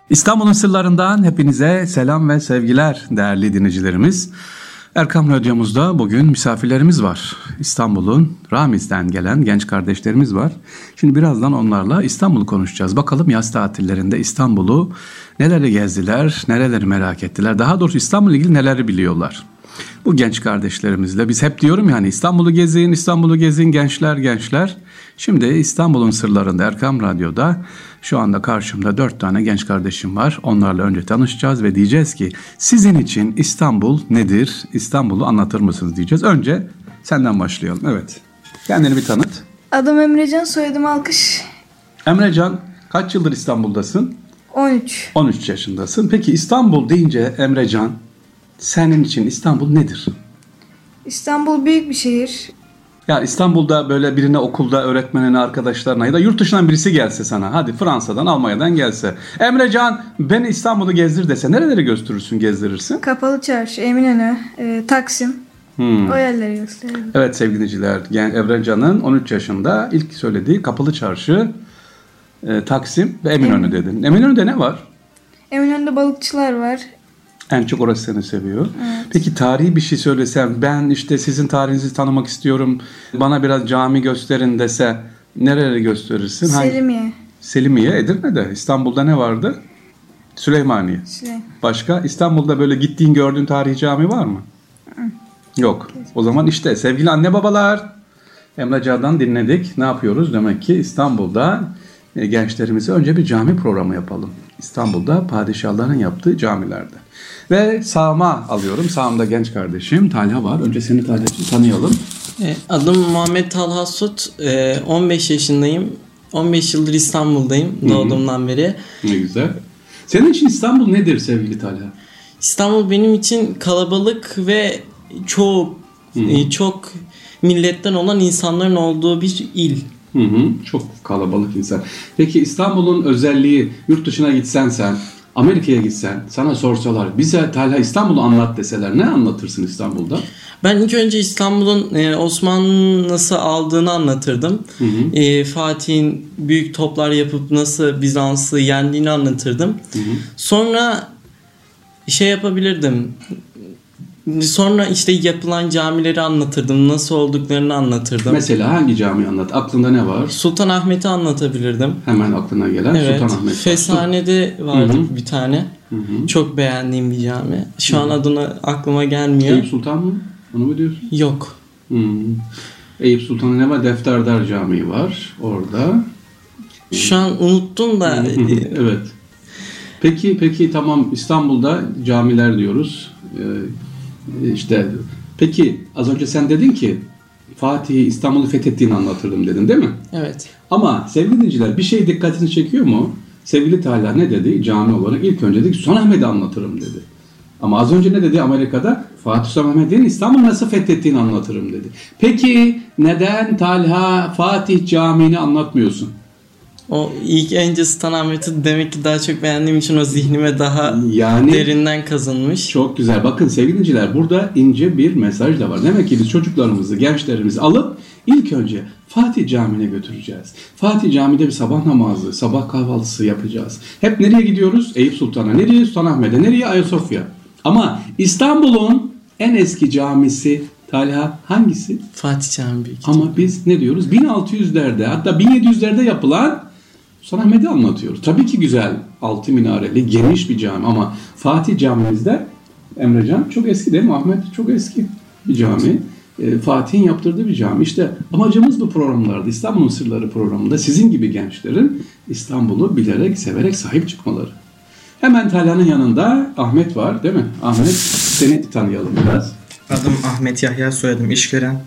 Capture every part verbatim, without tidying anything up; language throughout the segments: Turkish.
İstanbul'un sırlarından hepinize selam ve sevgiler değerli dinleyicilerimiz. Erkam Radyomuzda bugün misafirlerimiz var. İstanbul'un Ramiz'den gelen genç kardeşlerimiz var. Şimdi birazdan onlarla İstanbul'u konuşacağız. Bakalım yaz tatillerinde İstanbul'u neleri gezdiler, nereleri merak ettiler. Daha doğrusu İstanbul'la ilgili neleri biliyorlar. Bu genç kardeşlerimizle biz hep diyorum yani İstanbul'u gezin, İstanbul'u gezin gençler gençler. Şimdi İstanbul'un sırlarında Erkam Radyo'da şu anda karşımda dört tane genç kardeşim var. Onlarla önce tanışacağız ve diyeceğiz ki sizin için İstanbul nedir? İstanbul'u anlatır mısınız diyeceğiz. Önce senden başlayalım. Evet. Kendini bir tanıt. Adım Emrecan, soyadım Alkış. Emrecan, kaç yıldır İstanbul'dasın? on üç. on üç yaşındasın. Peki İstanbul deyince Emrecan, senin için İstanbul nedir? İstanbul büyük bir şehir. Ya İstanbul'da böyle birine okulda öğretmenine, arkadaşlarına ya da yurt dışından birisi gelse sana, hadi Fransa'dan, Almanya'dan gelse, Emrecan beni İstanbul'u gezdir dese nereleri götürürsün, gezdirirsin? Kapalı Çarşı, Eminönü, e, Taksim. Hmm. O yerleri gösteririm. Evet sevgili dinleyiciler, yani Emrecan'ın on üç yaşında ilk söylediği Kapalı Çarşı, e, Taksim ve Eminönü Emin. dedin. Eminönü'de ne var? Eminönü'nde balıkçılar var. En çok orası seni seviyor. Evet. Peki tarihi bir şey söylesem, ben işte sizin tarihinizi tanımak istiyorum, bana biraz cami gösterin dese nereleri gösterirsin? Selimiye. Hangi? Selimiye, Edirne'de. İstanbul'da ne vardı? Süleymaniye. Süleymaniye. Başka? İstanbul'da böyle gittiğin, gördüğün tarihi cami var mı? Hı. Yok. O zaman işte sevgili anne babalar, Emrecan'dan dinledik. Ne yapıyoruz? Demek ki İstanbul'da gençlerimize önce bir cami programı yapalım. İstanbul'da padişahların yaptığı camilerde. Ve sağıma alıyorum. Sağımda genç kardeşim Talha var. Önce seni Talha'cığım tanıyalım. Adım Muhammed Talha Sut. on beş yaşındayım. on beş yıldır İstanbul'dayım. Hı-hı. Doğduğumdan beri. Ne güzel. Senin için İstanbul nedir sevgili Talha? İstanbul benim için kalabalık ve çok Hı-hı. çok milletten olan insanların olduğu bir il. Hı hı, çok kalabalık insan. Peki İstanbul'un özelliği, yurt dışına gitsen sen, Amerika'ya gitsen, sana sorsalar, bize Talha İstanbul'u anlat deseler ne anlatırsın İstanbul'da? Ben ilk önce İstanbul'un e, Osmanlı nasıl aldığını anlatırdım. Hı hı. E, Fatih'in büyük toplar yapıp nasıl Bizans'ı yendiğini anlatırdım. Hı hı. Sonra şey yapabilirdim. Sonra işte yapılan camileri anlatırdım. Nasıl olduklarını anlatırdım. Mesela hangi cami anlat? Aklında ne var? Sultanahmet'i anlatabilirdim. Hemen aklına gelen evet. Sultanahmet. Feshane'de vardı Hı-hı. bir tane. Hı-hı. Çok beğendiğim bir cami. Şu Hı-hı. an adına aklıma gelmiyor. Eyüp Sultan mı? Onu mu diyorsun? Yok. Hı-hı. Eyüp Sultan'ın ne var? Defterdar Camii var orada. Şu an unuttum da. evet. Peki peki tamam, İstanbul'da camiler diyoruz. Ee, İşte peki az önce sen dedin ki Fatih İstanbul'u fethettiğini anlatırdım dedin değil mi? Evet. Ama sevgili dinleyiciler bir şey dikkatini çekiyor mu? Sevgili Talha ne dedi? Cami olarak ilk önce dedi ki Sultanahmet'i anlatırım dedi. Ama az önce ne dedi Amerika'da? Fatih Sultanahmet'in İstanbul'u nasıl fethettiğini anlatırım dedi. Peki neden Talha Fatih Camii'ni anlatmıyorsun? O ilk önce Sultanahmet'i demek ki daha çok beğendiğim için o zihnime daha yani, derinden kazınmış. Çok güzel. Bakın sevgili dinleyiciler, burada ince bir mesaj da var. Demek ki biz çocuklarımızı, gençlerimizi alıp ilk önce Fatih Camii'ne götüreceğiz. Fatih Camii'de bir sabah namazı, sabah kahvaltısı yapacağız. Hep nereye gidiyoruz? Eyüp Sultan'a. Nereye? Sultanahmet'e. Nereye? Ayasofya. Ama İstanbul'un en eski camisi Talha hangisi? Fatih Camii. Ama biz ne diyoruz? bin altı yüzlerde hatta bin yedi yüzlerde yapılan Sultanahmet'i anlatıyoruz. Tabii ki güzel, altı minareli, geniş bir cami ama Fatih Camimizde Emrecan çok eski değil mi Ahmet? Çok eski bir cami. E, Fatih'in yaptırdığı bir cami. İşte amacımız bu programlarda, İstanbul'un Sırları programında sizin gibi gençlerin İstanbul'u bilerek, severek sahip çıkmaları. Hemen Talha'nın yanında Ahmet var değil mi? Ahmet, seni tanıyalım biraz. Adım Ahmet Yahya, soyadım İşgören.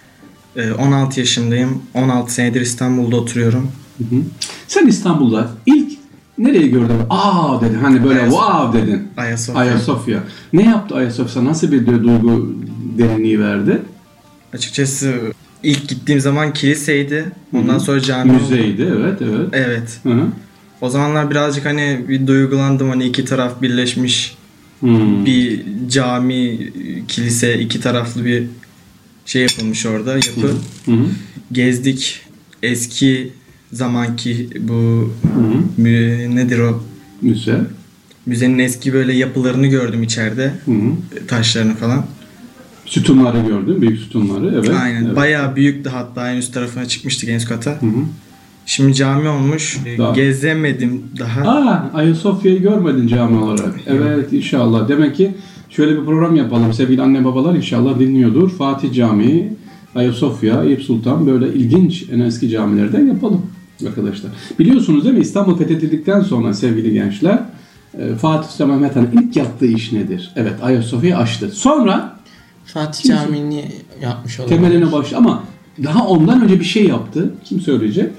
on altı yaşındayım. on altı senedir İstanbul'da oturuyorum. Hı hı. Sen İstanbul'da ilk nereye gördün? Aa dedin. Hani böyle Ayasofya. wow dedin. Ayasofya. Ayasofya. Ne yaptı Ayasofya? Nasıl bir duygu derinliği verdi? Açıkçası ilk gittiğim zaman kiliseydi. Ondan Hı-hı. sonra cami müzeydi. oldu. Evet, evet. Evet. Hı-hı. O zamanlar birazcık hani bir duygulandım. Hani iki taraf birleşmiş. Hmm. Bir cami, kilise, iki taraflı bir şey yapılmış orada, yapı. Hı hı. Gezdik. Eski zamanki bu mü, nedir o? Müze. Müzenin eski böyle yapılarını gördüm içeride. Hı hı. Taşlarını falan. Sütunları gördüm. Büyük sütunları. Evet. Aynen. Evet. Bayağı büyüktü, hatta en üst tarafına çıkmıştık, en üst kata. Hı hı. Şimdi cami olmuş. Daha. Gezemedim daha. Aa, Ayasofya'yı görmedin cami olarak. Evet, inşallah. Demek ki şöyle bir program yapalım. Sevgili anne babalar inşallah dinliyordur. Fatih Camii, Ayasofya, Eyüp Sultan, böyle ilginç en eski camilerden yapalım arkadaşlar. Biliyorsunuz değil mi? İstanbul fethedildikten sonra sevgili gençler, Fatih Sultan Mehmet Han'ın ilk yaptığı iş nedir? Evet, Ayasofya'yı açtı. Sonra Fatih Camii'ni yapmış olabilir. temeline başladı ama daha ondan önce bir şey yaptı. Kim söyleyecek?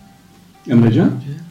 Emrecan.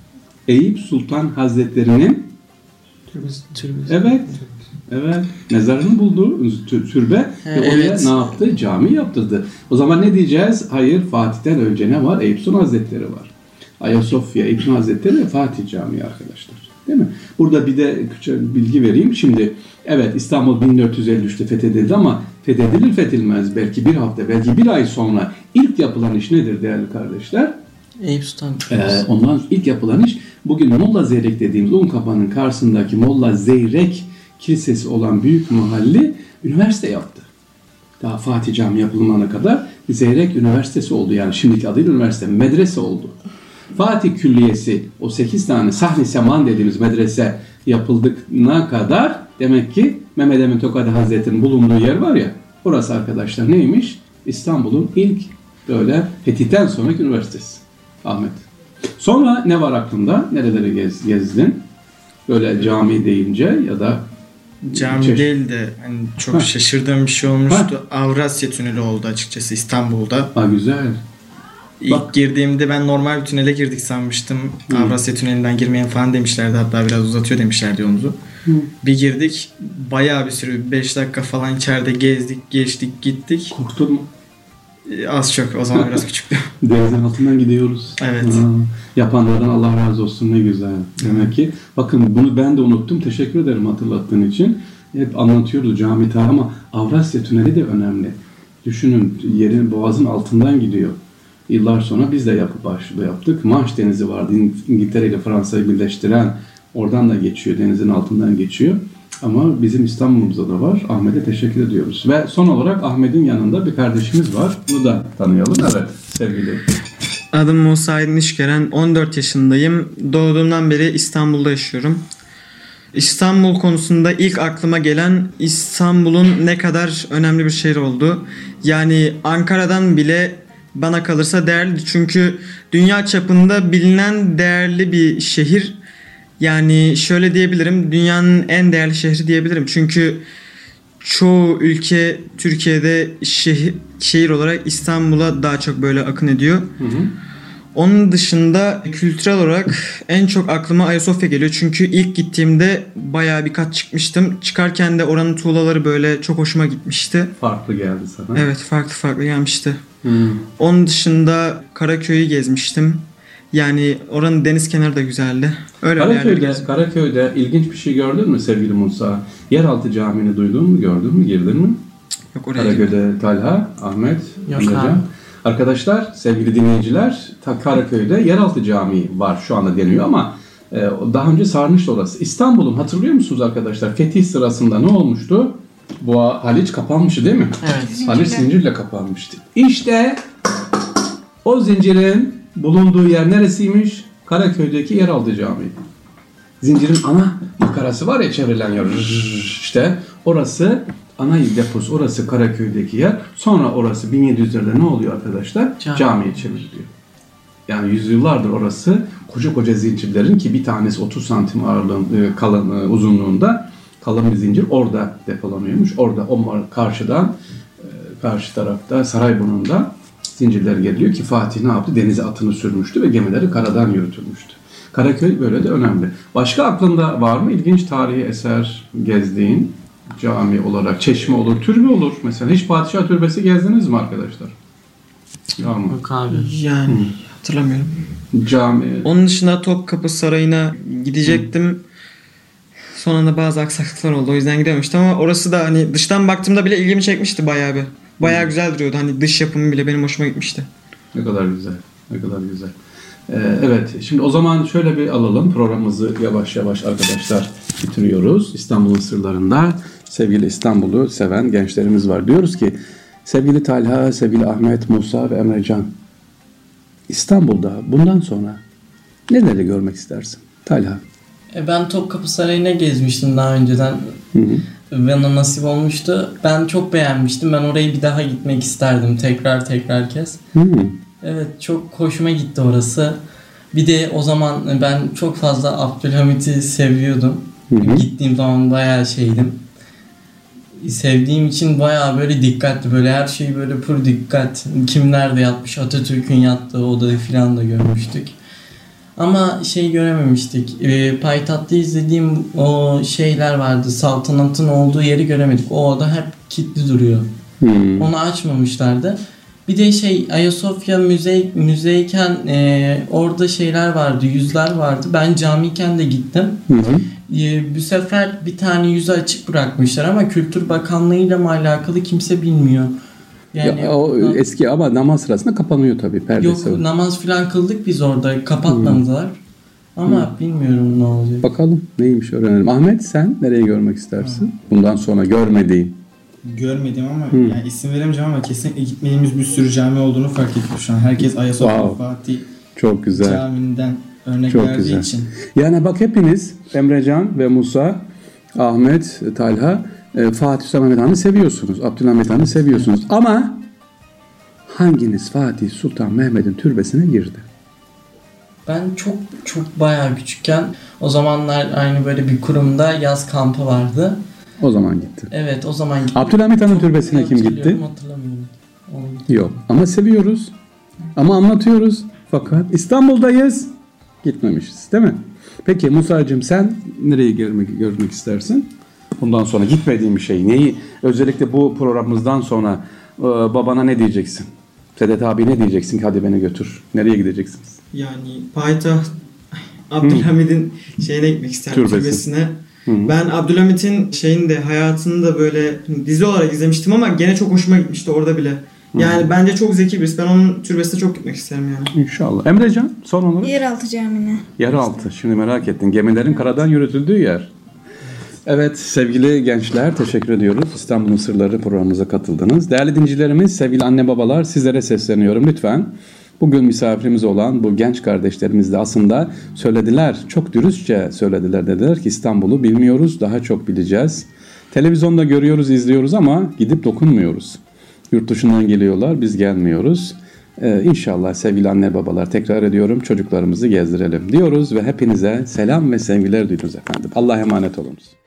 Eyüp Sultan Hazretleri'nin Türbesi, türbesi. evet, evet, mezarını buldu türbe He, ve oraya evet. ne yaptı? Cami yaptırdı. O zaman ne diyeceğiz? Hayır, Fatih'ten önce ne var? Eyüp Sultan Hazretleri var. Ayasofya, Eyüp Sultan Hazretleri ve Fatih Camii arkadaşlar. Değil mi? Burada bir de küçük bilgi vereyim. Şimdi evet, İstanbul bin dört yüz elli üçte fethedildi ama fethedilir fethedilmez belki bir hafta, belki bir ay sonra ilk yapılan iş nedir değerli kardeşler? Eyüp Sultan. Ee, ondan ilk yapılan iş bugün Molla Zeyrek dediğimiz Unkapanı'nın karşısındaki Molla Zeyrek Kilisesi olan büyük mahalle üniversite yaptı. Daha Fatih Camii yapılmana kadar Zeyrek Üniversitesi oldu, yani şimdiki adıyla üniversite, medrese oldu. Fatih Külliyesi, o sekiz tane Sahni Seman dediğimiz medrese yapıldığına kadar demek ki Mehmet Emin Tokadi Hazretleri'nin bulunduğu yer var ya, orası arkadaşlar neymiş? İstanbul'un ilk böyle fetihten sonraki üniversitesi. Ahmet. Sonra ne var aklında? Nereleri gez, gezdin? Böyle cami deyince ya da Cami çeşit. değil de hani çok Ha. şaşırdığım bir şey olmuştu. Avrasya Tüneli oldu açıkçası İstanbul'da. Ha, güzel. İlk Bak. girdiğimde ben normal bir tünele girdik sanmıştım. Hı. Avrasya Tüneli'nden girmeyen falan demişlerdi. Hatta biraz uzatıyor demişlerdi yolumuzu. Hı. Bir girdik. Bayağı bir sürü beş dakika falan içeride gezdik, geçtik, gittik. Korktun mu? Ee, Az çok. O zaman biraz küçüktüm. Denizin altından gidiyoruz. Evet. Ha, yapanlardan Allah razı olsun, ne güzel. Demek ki bakın bunu ben de unuttum. Teşekkür ederim hatırlattığın için. Hep anlatıyoruz cami tarihi ama Avrasya Tüneli de önemli. Düşünün, yerin boğazın altından gidiyor. Yıllar sonra biz de yapıp başlığı yaptık. Manş Denizi vardı. İngiltere ile Fransa'yı birleştiren, oradan da geçiyor. Denizin altından geçiyor. Ama bizim İstanbul'umuzda da var. Ahmet'e teşekkür ediyoruz. Ve son olarak Ahmet'in yanında bir kardeşimiz var. Bunu da tanıyalım. Evet sevgili. Adım Musa Aydın İşgören, on dört yaşındayım. Doğduğumdan beri İstanbul'da yaşıyorum. İstanbul konusunda ilk aklıma gelen İstanbul'un ne kadar önemli bir şehir oldu. Yani Ankara'dan bile bana kalırsa değerli. Çünkü dünya çapında bilinen değerli bir şehir. Yani şöyle diyebilirim, dünyanın en değerli şehri diyebilirim. Çünkü çoğu ülke Türkiye'de şehir, şehir olarak İstanbul'a daha çok böyle akın ediyor. Hı hı. Onun dışında kültürel olarak en çok aklıma Ayasofya geliyor. Çünkü ilk gittiğimde bayağı bir kat çıkmıştım. Çıkarken de oranın tuğlaları böyle çok hoşuma gitmişti. Farklı geldi sana. Evet, farklı farklı gelmişti. Hı. Onun dışında Karaköy'ü gezmiştim. Yani oranın deniz kenarı da güzeldi. Öyle yerleri Karaköy'de, gezdim. Karaköy'de ilginç bir şey gördün mü sevgili Musa? Yeraltı Camii'ni duydun mu, gördün mü, girdin mi? Yok, oraya gittim. Karaköy'de Talha, Ahmet, Yok Emrecan. abi. Arkadaşlar, sevgili dinleyiciler, ta Karaköy'de Yeraltı Camii var şu anda deniyor ama e, daha önce sarmıştı orası. İstanbul'un, hatırlıyor musunuz arkadaşlar? Fetih sırasında ne olmuştu? Bu Haliç kapanmıştı değil mi? Evet. Haliç zincirle kapanmıştı. İşte o zincirin bulunduğu yer neresiymiş? Karaköy'deki Yeraltı Camii. Zincirin ana makarası var ya, çevrilen yer. İşte orası ana deposu, orası Karaköy'deki yer. Sonra orası bin yedi yüzlerde ne oluyor arkadaşlar? Cami. Camiye çevriliyor. Yani yüzyıllardır orası koca koca zincirlerin, ki bir tanesi otuz santim ağırlığın, kalın, uzunluğunda kalın bir zincir orada depolanıyormuş. Orada o karşıdan, karşı tarafta Sarayburnu'nda zincirler geliyor ki Fatih ne yaptı? Denize atını sürmüştü ve gemileri karadan yürütülmüştü. Karaköy böyle de önemli. Başka aklında var mı ilginç tarihi eser gezdiğin? Cami olarak, çeşme olur, türbe olur. Mesela hiç padişah türbesi gezdiniz mi arkadaşlar? Var mı? Yok abi. Yani hatırlamıyorum. Cami. Onun dışında Topkapı Sarayı'na gidecektim. Son anda bazı aksaklıklar oldu. O yüzden gidememiştim ama orası da hani dıştan baktığımda bile ilgimi çekmişti bayağı bir. Bayağı güzel duruyordu. Hani dış yapımı bile benim hoşuma gitmişti. Ne kadar güzel. Ne kadar güzel. Ee, evet, şimdi o zaman şöyle bir alalım. Programımızı yavaş yavaş arkadaşlar bitiriyoruz. İstanbul'un sırlarında sevgili İstanbul'u seven gençlerimiz var. Diyoruz ki sevgili Talha, sevgili Ahmet, Musa ve Emrecan, İstanbul'da bundan sonra neleri görmek istersin? Talha. E, Ben Topkapı Sarayı'na gezmiştim daha önceden. Hı hı. Bana nasip olmuştu. Ben çok beğenmiştim. Ben orayı bir daha gitmek isterdim. Tekrar tekrar kez. Hı. Evet, çok hoşuma gitti orası. Bir de o zaman ben çok fazla Abdülhamit'i seviyordum. Hı hı. Gittiğim zaman bayağı şeydim. Sevdiğim için bayağı böyle dikkatli, böyle her şeyi böyle pür dikkat. Kim nerede yatmış, Atatürk'ün yattığı odayı falan da görmüştük. Ama şey görememiştik. E, Payitaht'ta izlediğim o şeyler vardı. Saltanatın olduğu yeri göremedik. O oda hep kilitli duruyor. Hmm. Onu açmamışlardı. Bir de şey Ayasofya müze müzeyken e, orada şeyler vardı, yüzler vardı. Ben camiyken de gittim. Hı hı. E, bu sefer bir tane yüzü açık bırakmışlar ama Kültür Bakanlığı'yla mı alakalı kimse bilmiyor. Yani Ya, o oradan- eski ama namaz sırasında kapanıyor tabii perdesi. Yok, var. namaz filan kıldık biz orada, kapatmadılar. Ama bilmiyorum ne olacak. Bakalım neymiş öğrenelim. Ahmet, sen nereyi görmek istersin? Bundan sonra görmediğin. Görmedim ama yani isim veremeyeceğim ama kesinlikle gitmediğimiz bir sürü cami olduğunu fark ettim şu an. Herkes Ayasofya Wow. Fatih Çok güzel. Camii'nden örnek Çok verdiği güzel. için. Yani bak hepiniz Emrecan ve Musa, Ahmet, Talha, e, Fatih Sultan Mehmet Han'ı seviyorsunuz. Abdülhamit Han'ı seviyorsunuz. Ama hanginiz Fatih Sultan Mehmet'in türbesine girdi? Ben çok çok bayağı küçükken, o zamanlar aynı böyle bir kurumda yaz kampı vardı. O zaman gitti. Evet, o zaman gittim. Abdülhamit Han'ın Çok türbesine kim gitti? hatırlıyorum, Hatırlamıyorum. Onu- Yok. Ama seviyoruz. Ama anlatıyoruz. Fakat İstanbul'dayız. Gitmemişiz. Değil mi? Peki Musa'cığım, sen nereyi görmek, görmek istersin? Bundan sonra gitmediğin bir şey. Neyi? Özellikle bu programımızdan sonra e, babana ne diyeceksin? Sedat abi ne diyeceksin ki hadi beni götür. Nereye gideceksiniz? Yani payitaht Abdülhamid'in şeyine gitmek isterdim, Türbesi. türbesine. Hı hı. Ben Abdülhamit'in şeyini de, hayatını da böyle dizi olarak izlemiştim ama gene çok hoşuma gitmişti orada bile. Yani bence çok zeki birisi. Ben onun türbesine çok gitmek isterim yani. İnşallah. Emrecan son olarak? Yeraltı Camii'ne. Yeraltı. Şimdi merak ettin. Gemilerin karadan yürütüldüğü yer. Evet sevgili gençler, teşekkür ediyoruz. İstanbul'un Sırları programımıza katıldınız. Değerli dinleyicilerimiz, sevgili anne babalar, sizlere sesleniyorum lütfen. Bugün misafirimiz olan bu genç kardeşlerimiz de aslında söylediler, çok dürüstçe söylediler. Dediler ki İstanbul'u bilmiyoruz, daha çok bileceğiz. Televizyonda görüyoruz, izliyoruz ama gidip dokunmuyoruz. Yurt dışından geliyorlar, biz gelmiyoruz. Ee, İnşallah sevgili anne babalar, tekrar ediyorum, çocuklarımızı gezdirelim diyoruz ve hepinize selam ve sevgiler diliyoruz efendim. Allah'a emanet olunuz.